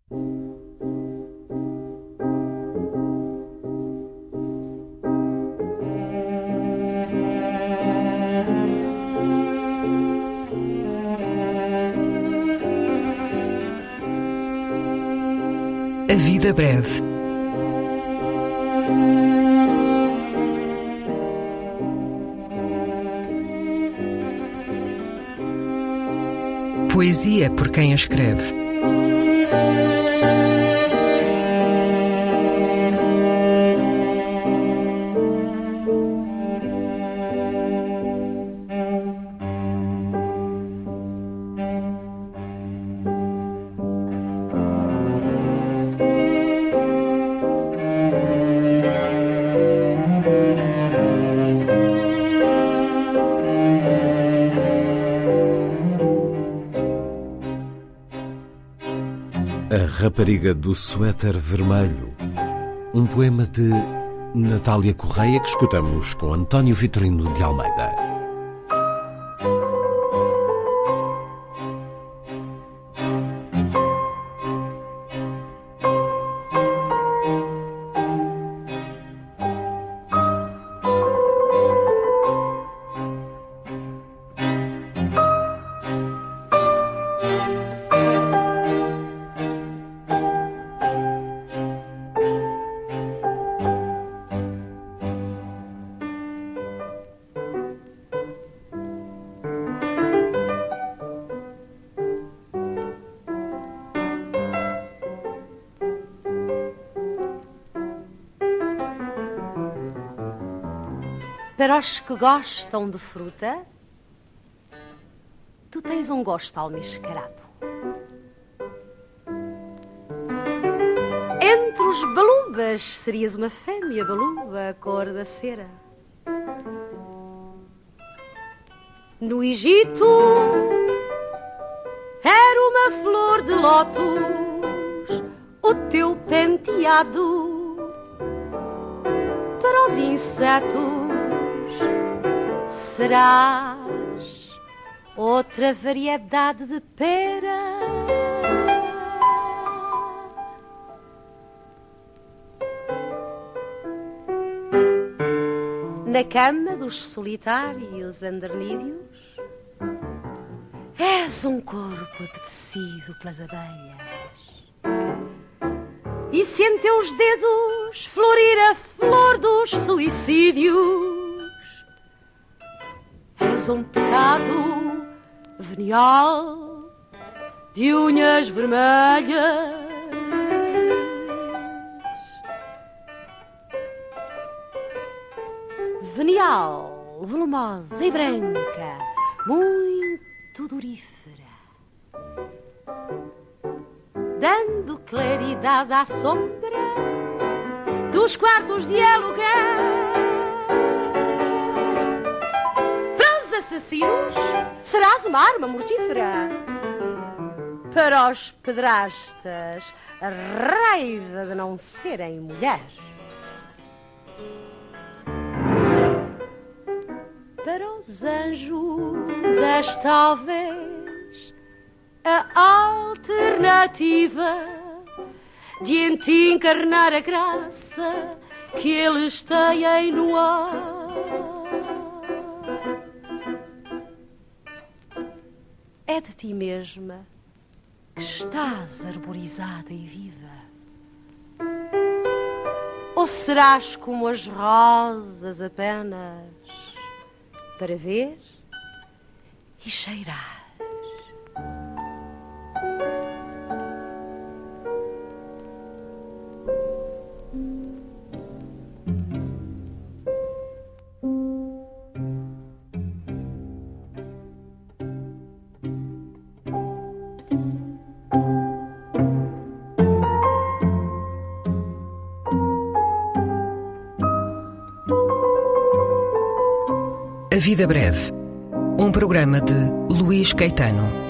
A vida breve. Poesia por quem a escreve. A Rapariga do Suéter Vermelho, um poema de Natália Correia que escutamos com António Vitorino de Almeida. Para os que gostam de fruta, tu tens um gosto almiscarado. Entre os balubas serias uma fêmea baluba cor da cera. No Egito era uma flor de lótus o teu penteado. Para os insetos serás outra variedade de pera. Na cama dos solitários andernídeos és um corpo apetecido pelas abelhas. E se em teus dedos florir a flor dos suicídios, és um pecado venial de unhas vermelhas. Venial, volumosa e branca, muito durífera, dando claridade à sombra dos quartos de aluguel. Assassinos, serás uma arma mortífera. Para os pedrastas, a raiva de não serem mulheres. Para os anjos és talvez a alternativa de em ti encarnar a graça que eles têm no ar. É de ti mesma que estás arborizada e viva? Ou serás como as rosas apenas para ver e cheirar? A Vida Breve, um programa de Luís Caetano.